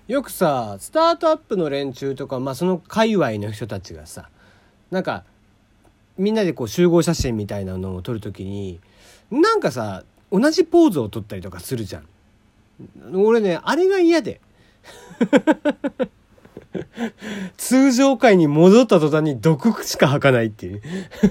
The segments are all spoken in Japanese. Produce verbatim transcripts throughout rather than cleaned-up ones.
よくさスタートアップの連中とか、まあ、その界隈の人たちがさなんかみんなでこう集合写真みたいなのを撮るときになんかさ同じポーズを撮ったりとかするじゃん。俺ねあれが嫌で通常回に戻った途端に毒しか吐かないっていう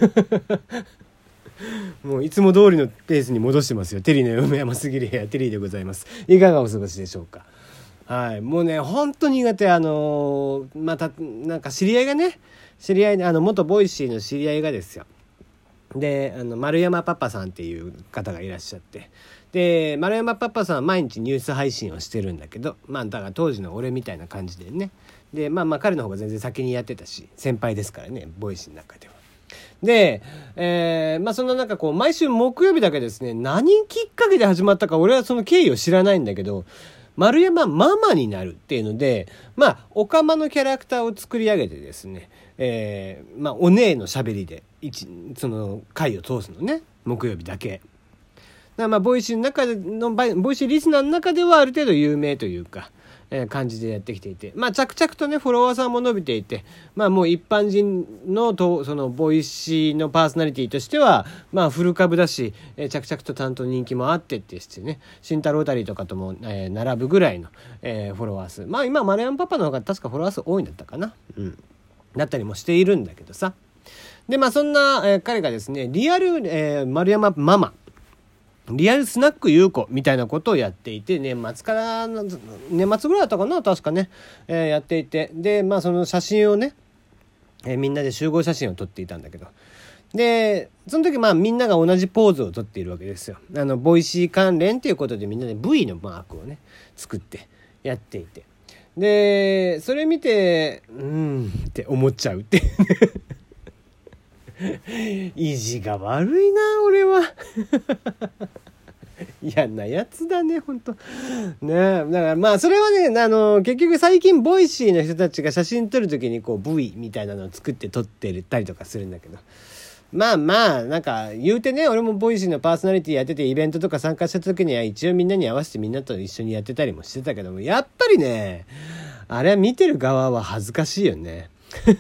もういつも通りのペースに戻してますよ。テリーの嫁山すぎる部屋テリーでございます。いかがお過ごしでしょうか。はい、もうね本当に苦手。あのー、またなんか知り合いがね知り合いあの元ボイシーの知り合いがですよ。であの丸山パパさんっていう方がいらっしゃって、で丸山パパさんは毎日ニュース配信をしてるんだけど、まあだから当時の俺みたいな感じでね、でまあまあ彼の方が全然先にやってたし先輩ですからね、ボイシーの中では。で、えー、まあそんな中こう毎週木曜日だけですね、何きっかけで始まったか俺はその経緯を知らないんだけど、丸山ママになるっていうので、まあオカマのキャラクターを作り上げてですね、えー、まあお姉のしゃべりで一その回を通すのね、木曜日だけ。だからまあボイシーの中でのボイシーリスナーの中ではある程度有名というか、えー、感じでやってきていて、まあ着々とねフォロワーさんも伸びていて、まあもう一般人のとそのボイシーのパーソナリティとしてはまあフル株だし、えー、着々と担当人気もあってってしてね、新太郎たりとかとも、えー、並ぶぐらいの、えー、フォロワー数、まあ今丸山パパの方が確かフォロワー数多いんだったかな、うんだったりもしているんだけどさ。でまあそんな、えー、彼がですねリアル、えー、丸山ママリアルスナック優子みたいなことをやっていて、年末から年末ぐらいだったかな確かね、えー、やっていて、でまあその写真をね、えー、みんなで集合写真を撮っていたんだけど、でその時まあみんなが同じポーズを撮っているわけですよ。あのボイシー関連ということでみんなで ブイ のマークをね作ってやっていて、でそれ見てうーんって思っちゃうって意地が悪いな俺は嫌なやつだね本当ね。だからまあそれはねあの結局最近ボイシーの人たちが写真撮るときにこう ブイ みたいなのを作って撮ってたりとかするんだけど、まあまあなんか言うてね、俺もボイシーのパーソナリティやっててイベントとか参加した時には一応みんなに合わせてみんなと一緒にやってたりもしてたけども、やっぱりねあれは見てる側は恥ずかしいよね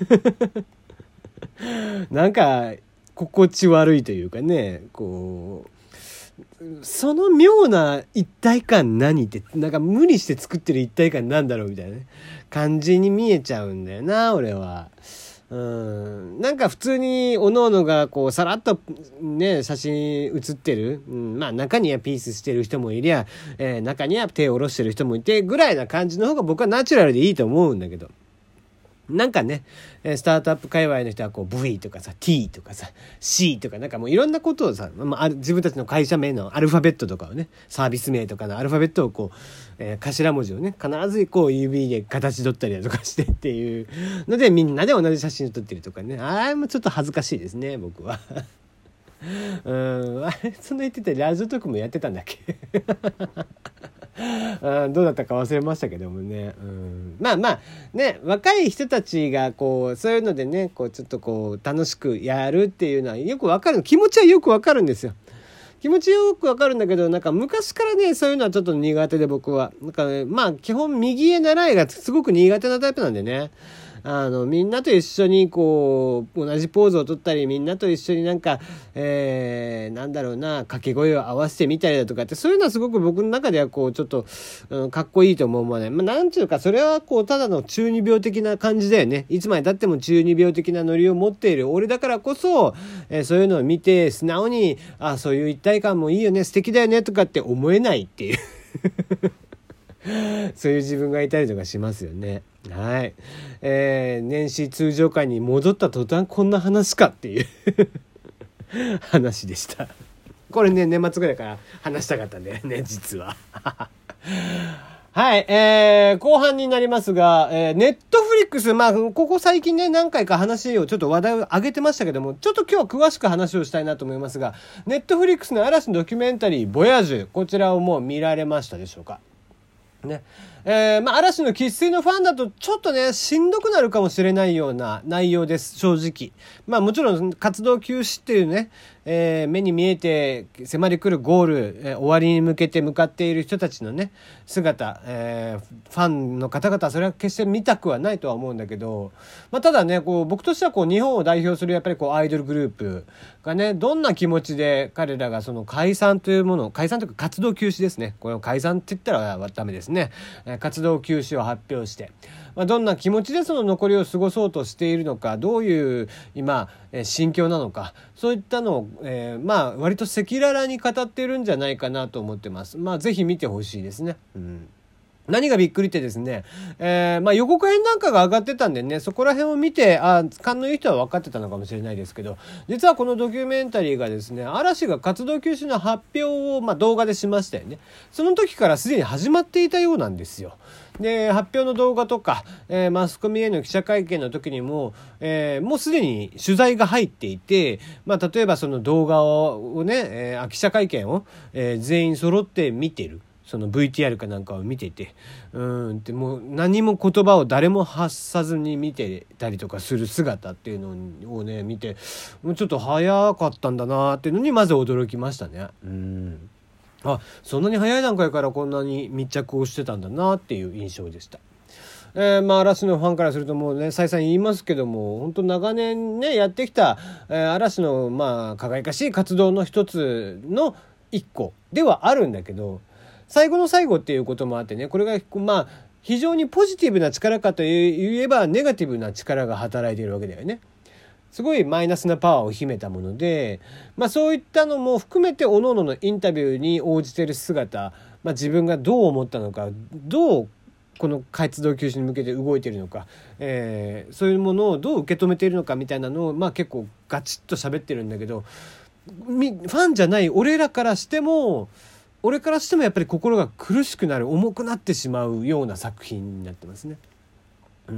なんか心地悪いというかね、こうその妙な一体感何ってなんか無理して作ってる一体感なんだろうみたいな、ね、感じに見えちゃうんだよな俺は。うんなんか普通におのおのがこうさらっとね写真写ってる、うん、まあ中にはピースしてる人もいりゃ、えー、中には手を下ろしてる人もいてぐらいな感じの方が僕はナチュラルでいいと思うんだけど、なんかねスタートアップ界隈の人はこう ブイ とかさ ティー とかさ シー とかなんかもういろんなことをさ、まあ、自分たちの会社名のアルファベットとかをねサービス名とかのアルファベットをこう、えー、頭文字をね必ずこう指で形取ったりだとかしてっていうのでみんなで同じ写真を撮ってるとかね、あれもちょっと恥ずかしいですね僕はうんあれそんな言っててラジオトークもやってたんだっけあどうだったか忘れましたけどもね、うん、まあまあね若い人たちがこうそういうのでねこうちょっとこう楽しくやるっていうのはよくわかる、気持ちはよくわかるんですよ。気持ちよくわかるんだけど、なんか昔からねそういうのはちょっと苦手で僕はなんか、ね、まあ基本右へ習いがすごく苦手なタイプなんでね、あのみんなと一緒にこう同じポーズを取ったりみんなと一緒になんか、えー、なんだろうな掛け声を合わせてみたりだとかって、そういうのはすごく僕の中ではこうちょっと、うん、かっこいいと思うもんね。まあなんていうかそれはこうただの中二病的な感じだよね。いつまで経っても中二病的なノリを持っている俺だからこそ、えー、そういうのを見て素直にあそういう一体感もいいよね素敵だよねとかって思えないっていうそういう自分がいたりとかしますよね。はい、えー、年始通常会に戻った途端こんな話かっていう話でした。これね年末ぐらいから話したかったんだよね実ははい、えー、後半になりますが、えー、ネットフリックス、まあここ最近ね何回か話をちょっと話題を上げてましたけども、ちょっと今日は詳しく話をしたいなと思いますが、ネットフリックスの嵐のドキュメンタリーボヤージュ、こちらをもう見られましたでしょうかね。えー、まあ嵐の生粋のファンだとちょっとねしんどくなるかもしれないような内容です正直。まあもちろん活動休止っていうね、 えー、目に見えて迫り来るゴール、えー、終わりに向けて向かっている人たちのね姿、えー、ファンの方々はそれは決して見たくはないとは思うんだけど、まあ、ただねこう僕としてはこう日本を代表するやっぱりこうアイドルグループがねどんな気持ちで彼らがその解散というもの解散というか活動休止ですね、これを解散って言ったらダメですね、えー、活動休止を発表して、まあ、どんな気持ちでその残りを過ごそうとしているのか、どういう今、えー、心境なのか、そういったのを、えー、まあ割と赤裸々に語っているんじゃないかなと思ってます。まあぜひ見てほしいですね。うん、何がびっくりってですね、えー、まあ予告編なんかが上がってたんでね、そこら辺を見て、あ、勘のいい人は分かってたのかもしれないですけど、実はこのドキュメンタリーがですね、嵐が活動休止の発表を、まあ、動画でしましたよね。その時からすでに始まっていたようなんですよ。で、発表の動画とか、えー、マスコミへの記者会見の時にも、えー、もうすでに取材が入っていて、まあ例えばその動画をね、えー、記者会見を、えー、全員揃って見てる。その ブイティーアール かなんかを見てて、うーんってもう何も言葉を誰も発さずに見てたりとかする姿っていうのをね見て、もうちょっと早かったんだなっていうのにまず驚きましたね。うん、あ、そんなに早い段階からこんなに密着をしてたんだなっていう印象でした。えー、まあ嵐のファンからするともうね再三言いますけども、本当長年ねやってきた、えー、嵐のまあ輝かしい活動の一つの一個ではあるんだけど、最後の最後っていうこともあってね、これがまあ非常にポジティブな力かといえばネガティブな力が働いているわけだよね。すごいマイナスなパワーを秘めたもので、まあそういったのも含めて各々のインタビューに応じている姿、まあ自分がどう思ったのか、どうこの活動休止に向けて動いているのか、えー、そういうものをどう受け止めているのかみたいなのをまあ結構ガチッと喋ってるんだけど、ファンじゃない俺らからしても俺からしてもやっぱり心が苦しくなる、重くなってしまうような作品になってますね。うん、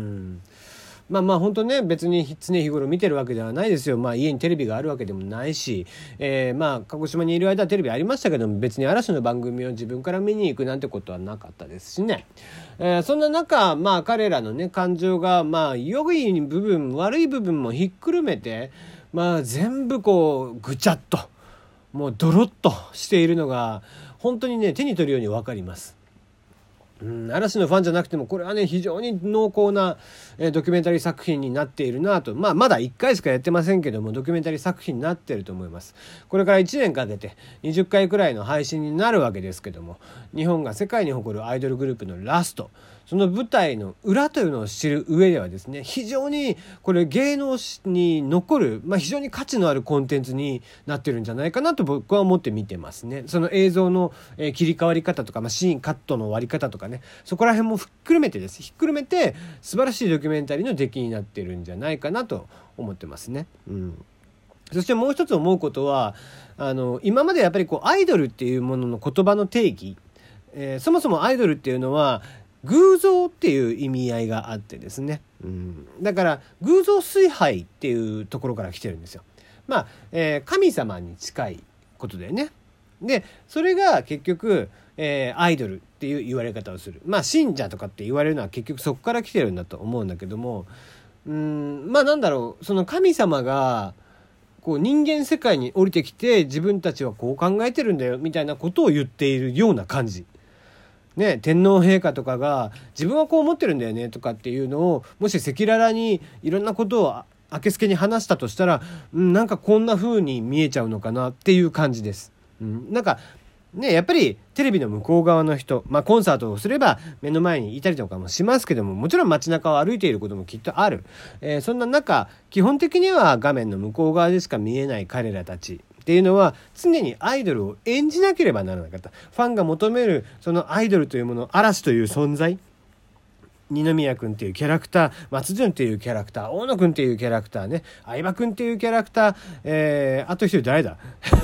まあまあ本当ね別に常日頃見てるわけではないですよ。まあ家にテレビがあるわけでもないし、えー、まあ鹿児島にいる間はテレビありましたけども、別に嵐の番組を自分から見に行くなんてことはなかったですしね。えー、そんな中まあ彼らのね感情がまあ良い部分悪い部分もひっくるめてまあ全部こうぐちゃっともうドロッとしているのが本当にね手に取るように分かります。うん、嵐のファンじゃなくてもこれはね非常に濃厚な、えー、ドキュメンタリー作品になっているなと、まあまだいっかいしかやってませんけどもドキュメンタリー作品になっていると思います。これからいちねんかけてにじゅっかいくらいの配信になるわけですけども、日本が世界に誇るアイドルグループのラスト、その舞台の裏というのを知る上ではですね、非常にこれ芸能史に残る、まあ、非常に価値のあるコンテンツになってるんじゃないかなと僕は思って見てますね。その映像の、えー、切り替わり方とか、まあ、シーンカットの割り方とかね、そこら辺もひっくるめてですひっくるめて素晴らしいドキュメンタリーの出来になってるんじゃないかなと思ってますね。うん、そしてもう一つ思うことは、あの今までやっぱりこうアイドルっていうものの言葉の定義、えー、そもそもアイドルっていうのは偶像っていう意味合いがあってですね、うん、だから偶像崇拝っていうところから来てるんですよ。まあ、えー、神様に近いことだよね。でそれが結局、えー、アイドルっていう言われ方をする、まあ信者とかって言われるのは結局そこから来てるんだと思うんだけども、うーんまあなんだろう、その神様がこう人間世界に降りてきて自分たちはこう考えてるんだよみたいなことを言っているような感じね。天皇陛下とかが自分はこう思ってるんだよねとかっていうのをもし赤裸々にいろんなことをあけすけに話したとしたら、うん、なんかこんな風に見えちゃうのかなっていう感じです。うん、なんかね、やっぱりテレビの向こう側の人、まあコンサートをすれば目の前にいたりとかもしますけども、もちろん街中を歩いていることもきっとある、えー、そんな中基本的には画面の向こう側でしか見えない彼らたちっていうのは常にアイドルを演じなければならなかった。ファンが求めるそのアイドルというもの、嵐という存在、二宮君っていうキャラクター、松潤っていうキャラクター、大野君っていうキャラクターね、相葉君っていうキャラクター、えー、あと一人誰だ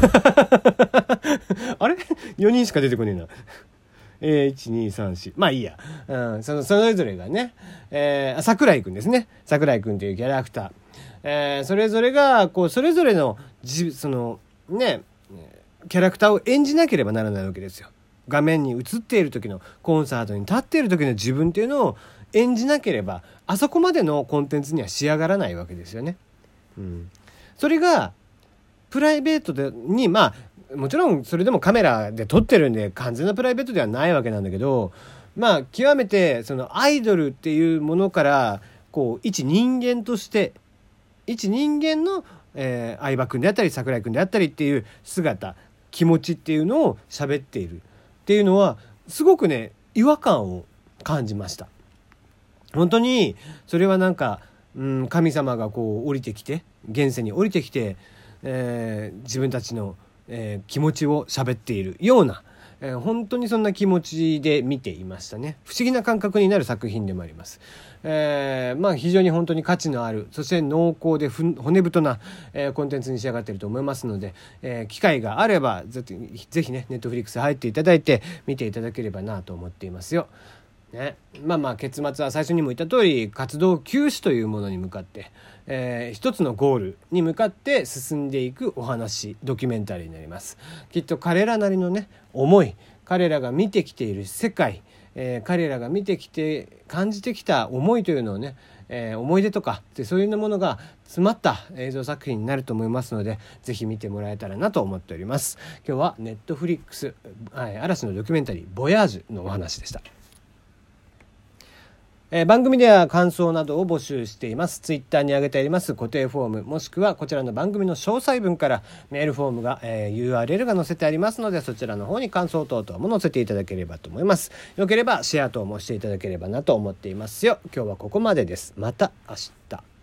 あれ ?よ 人しか出てこねえな。えー、いち、に、さん、よん。まあいいや。うん、その、それぞれがね、えー、桜井くんですね。桜井くんっていうキャラクター。えー、それぞれが、こう、それぞれの、じ、その、ね、キャラクターを演じなければならないわけですよ。画面に映っている時の、コンサートに立っている時の自分っていうのを演じなければ、あそこまでのコンテンツには仕上がらないわけですよね。うん。それが、 プライベートでにまあもちろんそれでもカメラで撮ってるんで完全なプライベートではないわけなんだけど、まあ極めてそのアイドルっていうものからこう一人間として一人間の、えー、相葉君であったり桜井君であったりっていう姿気持ちっていうのを喋っているっていうのはすごくね違和感を感じました。本当にそれはなんか、うん、神様がこう降りてきて現世に降りてきて、えー、自分たちの、えー、気持ちを喋っているような、えー、本当にそんな気持ちで見ていましたね。不思議な感覚になる作品でもあります。えー、まあ非常に本当に価値のあるそして濃厚で骨太な、えー、コンテンツに仕上がっていると思いますので、えー、機会があればぜひねネットフリックス入っていただいて見ていただければなと思っていますよ。ね、まあまあ結末は最初にも言った通り活動休止というものに向かって、えー、一つのゴールに向かって進んでいくお話ドキュメンタリーになります。きっと彼らなりのね思い彼らが見てきている世界、えー、彼らが見てきて感じてきた思いというのをね、えー、思い出とかでそういうものが詰まった映像作品になると思いますのでぜひ見てもらえたらなと思っております。今日はネットフリックス、はい、嵐のドキュメンタリーボヤージュのお話でした。えー、番組では感想などを募集しています。ツイッターに上げてあります固定フォームもしくはこちらの番組の詳細文からメールフォームが、えー、ユーアールエル が載せてありますのでそちらの方に感想等々も載せていただければと思います。よければシェア等もしていただければなと思っていますよ。今日はここまでです。また明日。